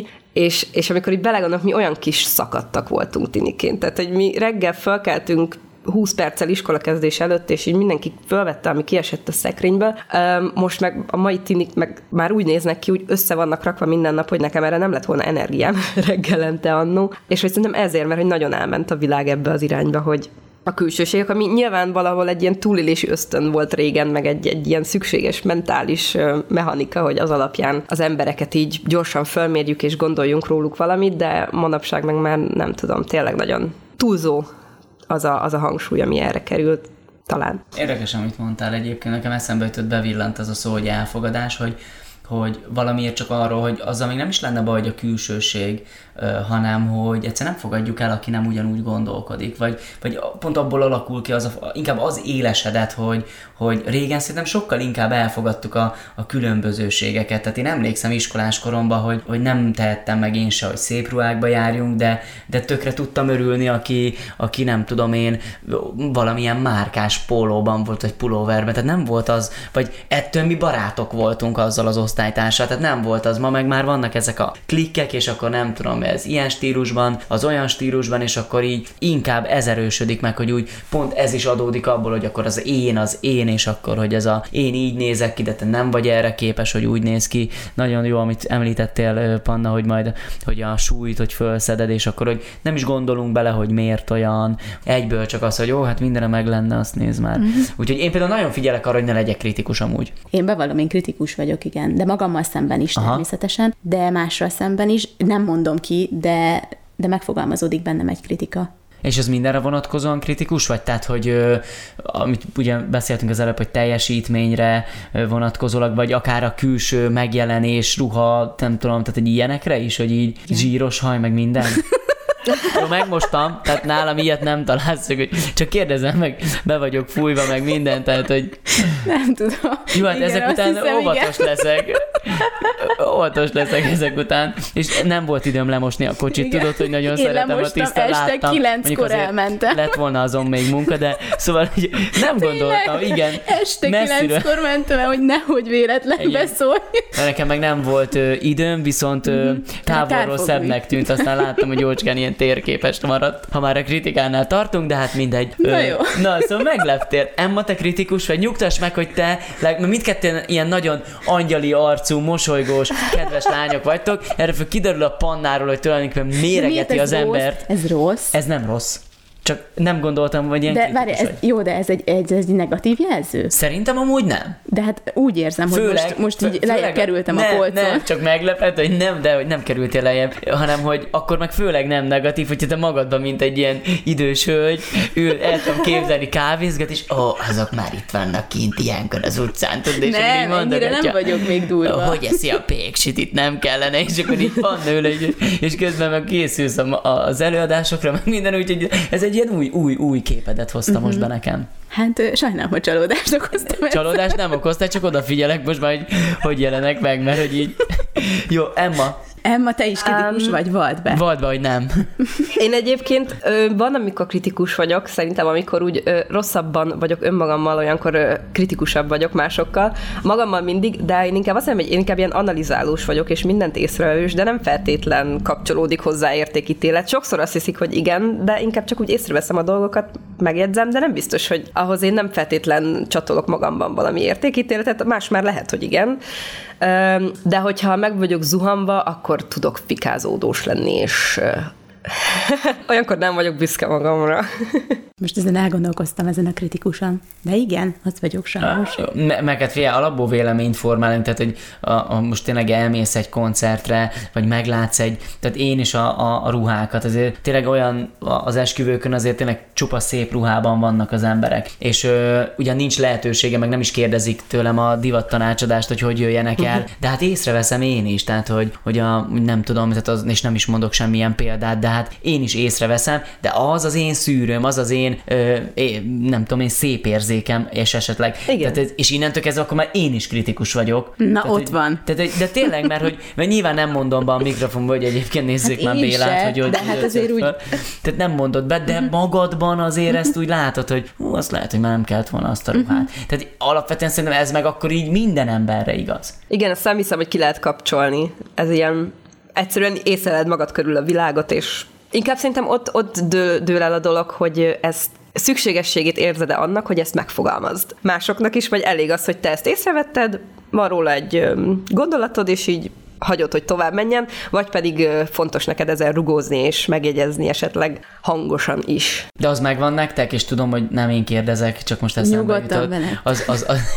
és amikor így belegondolok, mi olyan kis szakadtak voltunk tiniként. Tehát, hogy mi reggel felkeltünk 20 perccel iskolakezdés előtt, és így mindenki fölvette, ami kiesett a szekrényből. Most meg a mai tinik meg már úgy néznek ki, úgy össze vannak rakva minden nap, hogy nekem erre nem lett volna energiám reggelente annó. És hogy szerintem ezért, mert hogy nagyon elment a világ ebbe az irányba, hogy a külsőségek, ami nyilván valahol egy ilyen túlélési ösztön volt régen, meg egy ilyen szükséges mentális mechanika, hogy az alapján az embereket így gyorsan fölmérjük és gondoljunk róluk valamit, de manapság meg már nem tudom, tényleg nagyon túlzó az a hangsúly, ami erre került talán. Érdekes, amit mondtál egyébként, nekem eszembe jutott, bevillant az a szó, hogy elfogadás, hogy valamiért csak arról, hogy azzal még nem is lenne baj, hogy a külsőség, hanem hogy egyszer nem fogadjuk el, aki nem ugyanúgy gondolkodik, vagy pont abból alakul ki inkább az élesedett, hogy régen szerintem sokkal inkább elfogadtuk a különbözőségeket. Tehát én emlékszem iskolás koromban, hogy nem tehettem meg én se, hogy szép ruhákba járjunk, de tökre tudtam örülni, aki nem tudom én, valamilyen márkás pólóban volt, vagy pulóverben, tehát nem volt az, vagy ettől mi barátok voltunk azzal az osztálytársal, tehát nem volt az, ma meg már vannak ezek a klikkek, és akkor nem tudom, ez ilyen stílusban, az olyan stílusban, és akkor így inkább ez erősödik meg, hogy úgy pont ez is adódik abból, hogy akkor az én, és akkor, hogy ez én így nézek ki, de te nem vagy erre képes, hogy úgy néz ki. Nagyon jó, amit említettél, Panna, hogy majd, hogy a súlyt, hogy fölszeded, és akkor, hogy nem is gondolunk bele, hogy miért olyan, egyből csak az, hogy jó, hát mindenre meg lenne, azt nézd már. Úgyhogy én például nagyon figyelek arra, hogy ne legyek kritikus amúgy. Én bevallom, én kritikus vagyok, igen, de magammal szemben is természetesen, de mással szemben is, nem mondom ki, de megfogalmazódik bennem egy kritika. És ez mindenre vonatkozóan kritikus vagy? Tehát, hogy amit ugye beszéltünk az előbb, hogy teljesítményre vonatkozólag, vagy akár a külső megjelenés, ruha, nem tudom, tehát egy ilyenekre is, hogy így zsíros haj, meg minden? Jó, megmostam, tehát nálam ilyet nem találsz, hogy csak kérdezem meg, be vagyok fújva, meg minden, tehát, hogy... Nem tudom. Jó, hát igen, ezek után óvatos leszek. Óvatos leszek ezek után. És nem volt időm lemosni a kocsit, igen. Tudod, hogy nagyon szeretem a tiszta, láttam. Én este 9-kor elmentem. Lett volna azon még munka, de szóval hogy nem gondoltam, igen. Este 9-kor mentem, hogy nehogy véletlen beszólj. Nekem meg nem volt időm, viszont távolról szebbnek tűnt, aztán láttam, hogy jócskán ilyen térképes maradt. Ha már a kritikánál tartunk, de hát mindegy. Na jó. Na, szóval megleptél. Emma, te kritikus vagy? Nyugtass meg, hogy te, mindketten ilyen nagyon angyali arcú, mosolygós, kedves lányok vagytok. Erre föl kiderül a Pannáról, hogy tulajdonképpen méregeti az embert. Ez rossz? Ez nem rossz. Csak nem gondoltam, hogy ilyen de várj, jó, de ez egy negatív jelző? Szerintem amúgy nem. De hát úgy érzem, főleg, hogy most így lejjebb kerültem a polcon. Nem, csak meglepett, hogy nem, de hogy nem kerültél lejjebb, hanem hogy akkor meg főleg nem negatív, hogyha te magadban, mint egy ilyen idős hölgy, el tudom képzelni, kávézgat, és azok már itt vannak kint ilyenkor az utcán, tudod, és nem, ennyire nem vagyok még durva. Hogy eszi a péksit, itt nem kellene, és akkor így van nőle, és közben meg készülsz az előadásokra, meg minden, úgyhogy ez egy ilyen új képedet hozta most be nekem. Hát sajnálom, hogy csalódást okoztam. Csalódást nem okoztál, csak odafigyelek most már, hogy jelenek meg, mert hogy így... Jó, Emma, te is kritikus vagy? Vald be. Vald be, hogy nem. Én egyébként van, amikor kritikus vagyok, szerintem amikor úgy rosszabban vagyok önmagammal, olyankor kritikusabb vagyok másokkal. Magammal mindig, de én inkább azt mondom, hogy én inkább ilyen analizálós vagyok, és mindent észrevevős, de nem feltétlen kapcsolódik hozzá értékítélet. Sokszor azt hiszik, hogy igen, de inkább csak úgy észreveszem a dolgokat, megjegyzem, de nem biztos, hogy ahhoz én nem feltétlen csatolok magamban valami értékítéletet, más már lehet, hogy igen. De hogyha meg vagyok zuhanva, akkor tudok fikázódós lenni, és olyankor nem vagyok büszke magamra. Most ezen elgondolkoztam ezen a kritikusan. De igen, az vagyok sajnos. Meg hát alapból véleményt formálunk, tehát hogy most tényleg elmész egy koncertre, vagy meglátsz tehát én is a ruhákat, azért tényleg olyan az esküvőkön azért tényleg csupa szép ruhában vannak az emberek, és ugyan nincs lehetősége, meg nem is kérdezik tőlem a divattanácsadást, hogy jöjjenek el, de hát észreveszem én is, tehát hogy nem tudom, tehát és nem is mondok semmilyen példát, de hát én is észreveszem, de az én szűrőm, az én nem tudom, én szép érzékem, és esetleg. Tehát, és innentől kezdve akkor már én is kritikus vagyok. Na, tehát, ott van. De tényleg, mert nyilván nem mondom be a mikrofonba, hogy egyébként nézzük hát már Bélát, hogy de hát azért úgy... Tehát nem mondod be, de magadban azért ezt úgy látod, hogy azt lehet, hogy már nem kellett volna azt a ruhát. Tehát alapvetően szerintem ez meg akkor így minden emberre igaz. Igen, azt nem hiszem, hogy ki lehet kapcsolni. Ez ilyen egyszerűen észleled magad körül a világot, és inkább szerintem ott dől el a dolog, hogy ezt szükségességét érzed-e annak, hogy ezt megfogalmazd másoknak is, vagy elég az, hogy te ezt észrevetted, van róla egy gondolatod, és így hagyod, hogy tovább menjen, vagy pedig fontos neked ezen rugózni és megjegyezni esetleg hangosan is. De az megvan nektek, és tudom, hogy nem én kérdezek, csak most eszembe jutott.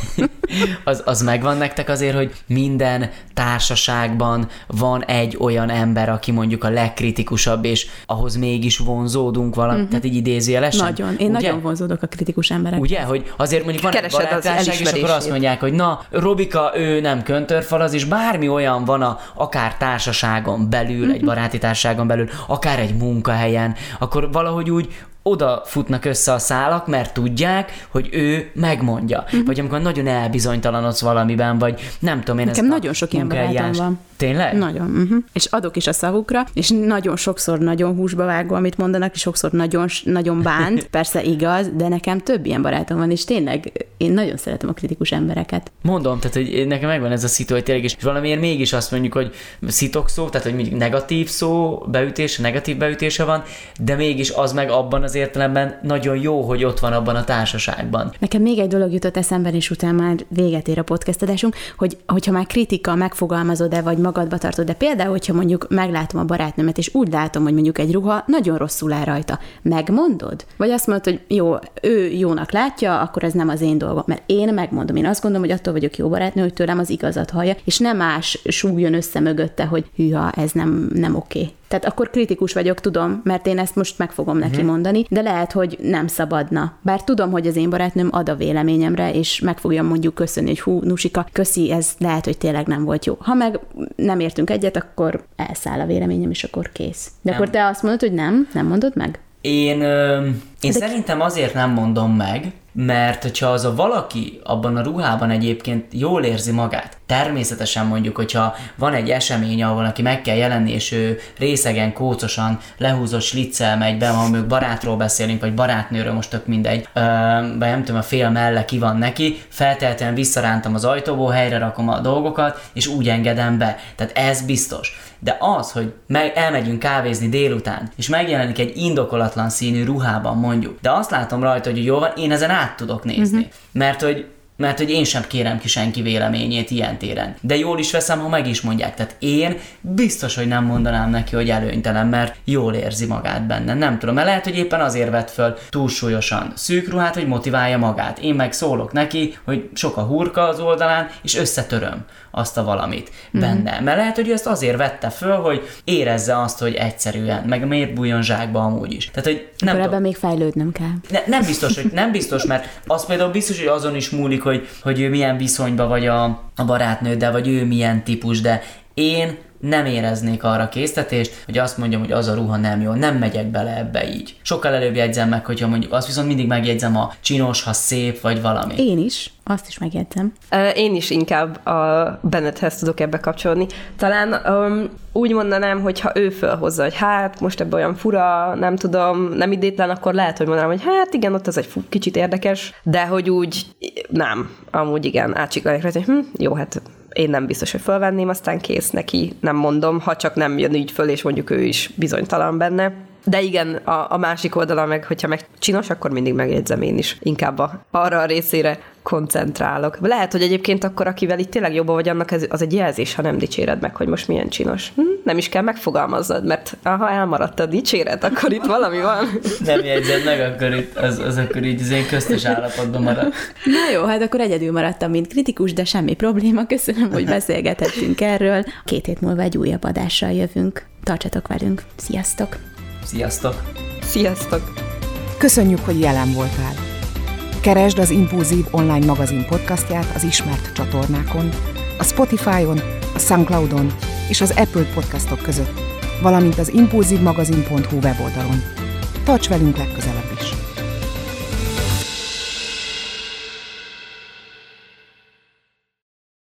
az megvan nektek azért, hogy minden társaságban van egy olyan ember, aki mondjuk a legkritikusabb, és ahhoz mégis vonzódunk valami, tehát így idézőjelesen. Nagyon. Én nagyon vonzódok a kritikus emberek. Ugye, hogy azért mondjuk van egy baráttárság, és akkor azt mondják, hogy na, Robika, ő nem köntörfalaz, és bármi olyan van akár társaságon belül, egy baráti társaságon belül, akár egy munkahelyen, akkor valahogy úgy oda futnak össze a szálak, mert tudják, hogy ő megmondja. Vagy amikor nagyon elbizonytalanodsz valamiben, vagy nem tudom én. Nekem nagyon sok ilyen barátom van. Tényleg? Nagyon. És adok is a szavukra, és nagyon sokszor nagyon húsba vágó, amit mondanak, és sokszor nagyon, nagyon bánt. Persze igaz, de nekem több ilyen barátom van, és tényleg én nagyon szeretem a kritikus embereket. Mondom, tehát hogy nekem megvan ez a szitu, hogy tényleg, és valamiért mégis azt mondjuk, hogy szitokszó, tehát hogy mondjuk negatív szó beütése, negatív beütése van, de mégis az meg abban az értelemben nagyon jó, hogy ott van abban a társaságban. Nekem még egy dolog jutott eszembe, és utána már véget ér a podcast adásunk, hogyha már kritika megfogalmazod-e, vagy magadba tartod, de például, hogyha mondjuk meglátom a barátnőmet, és úgy látom, hogy mondjuk egy ruha nagyon rosszul áll rajta, megmondod? Vagy azt mondod, hogy jó, ő jónak látja, akkor ez nem az én dolgom, mert én megmondom. Én azt gondolom, hogy attól vagyok jó barátnő, hogy tőlem az igazat hallja, és nem más súgjon össze mögötte, hogy hűha, ez nem oké. Tehát akkor kritikus vagyok, tudom, mert én ezt most meg fogom neki mondani, de lehet, hogy nem szabadna. Bár tudom, hogy az én barátnőm ad a véleményemre, és meg fogja mondjuk köszönni, hogy hú, Nusika, köszi, ez lehet, hogy tényleg nem volt jó. Ha meg nem értünk egyet, akkor elszáll a véleményem, és akkor kész. De nem. Akkor te azt mondod, hogy nem mondod meg? Én szerintem azért nem mondom meg, mert hogyha az a valaki abban a ruhában egyébként jól érzi magát, természetesen mondjuk, hogyha van egy esemény, ahol aki meg kell jelenni, és ő részegen, kócosan, lehúzott sliccel megy be, ha még barátról beszélünk, vagy barátnőről, most tök mindegy, vagy nem tudom, a fél melle ki van neki, feltehetően visszarántam az ajtóból, helyre rakom a dolgokat, és úgy engedem be. Tehát ez biztos. De az, hogy elmegyünk kávézni délután, és megjelenik egy indokolatlan színű ruhában mondjuk, de azt látom rajta, hogy jó van, én ezen át tudok nézni. Mert hogy én sem kérem ki senki véleményét ilyen téren. De jól is veszem, ha meg is mondják. Tehát én biztos, hogy nem mondanám neki, hogy előnytelen, mert jól érzi magát benne. Nem tudom, mert lehet, hogy éppen azért vett föl túlsúlyosan szűk ruhát, hogy motiválja magát. Én meg szólok neki, hogy sok a hurka az oldalán, és összetöröm azt a valamit benne. Mert lehet, hogy ő ezt azért vette föl, hogy érezze azt, hogy egyszerűen, meg miért bújjon zsákba amúgy is. Tehát, hogy nem akkor ebben még fejlődnöm kell. Nem biztos, mert az például biztos, hogy azon is múlik, hogy ő milyen viszonyban vagy a barátnőddel, vagy ő milyen típus, de én nem éreznék arra késztetést, hogy azt mondjam, hogy az a ruha nem jó, nem megyek bele ebbe így. Sokkal előbb jegyzem meg, hogyha mondjuk azt viszont mindig megjegyzem, ha csinos, ha szép, vagy valami. Én is, azt is megjegyzem. Én is inkább a Bennetthez tudok ebbe kapcsolni. Talán úgy mondanám, hogy ha ő fölhozza, hogy hát most ebben olyan fura, nem tudom, nem idétlen, akkor lehet, hogy mondanám, hogy hát igen, ott ez egy kicsit érdekes, de hogy úgy nem, amúgy igen, átsiklalják rá, hogy jó, hát én nem biztos, hogy fölvenném, aztán kész, neki nem mondom, ha csak nem jön így föl, és mondjuk ő is bizonytalan benne. De igen, a másik oldala meg, hogyha meg csinos, akkor mindig megjegyzem én is. Inkább arra a részére koncentrálok. Lehet, hogy egyébként akkor, akivel itt tényleg jobban vagy, annak az egy jelzés, ha nem dicséred meg, hogy most milyen csinos. Nem is kell megfogalmaznod, mert ha elmaradt a dicséret, akkor itt valami van. Nem jegyzed meg, akkor itt az akkor így az én köztes állapotban marad. Na jó, hát akkor egyedül maradtam, mint kritikus, de semmi probléma. Köszönöm, hogy beszélgethettünk erről. 2 hét múlva egy újabb adással jövünk. Tartsatok velünk. Sziasztok! Sziasztok! Sziasztok! Köszönjük, hogy jelen voltál! Keresd az Impulzív online magazin podcastját az ismert csatornákon, a Spotify-on, a Soundcloud-on és az Apple podcastok között, valamint az impulzívmagazin.hu weboldalon. Tarts velünk legközelebb!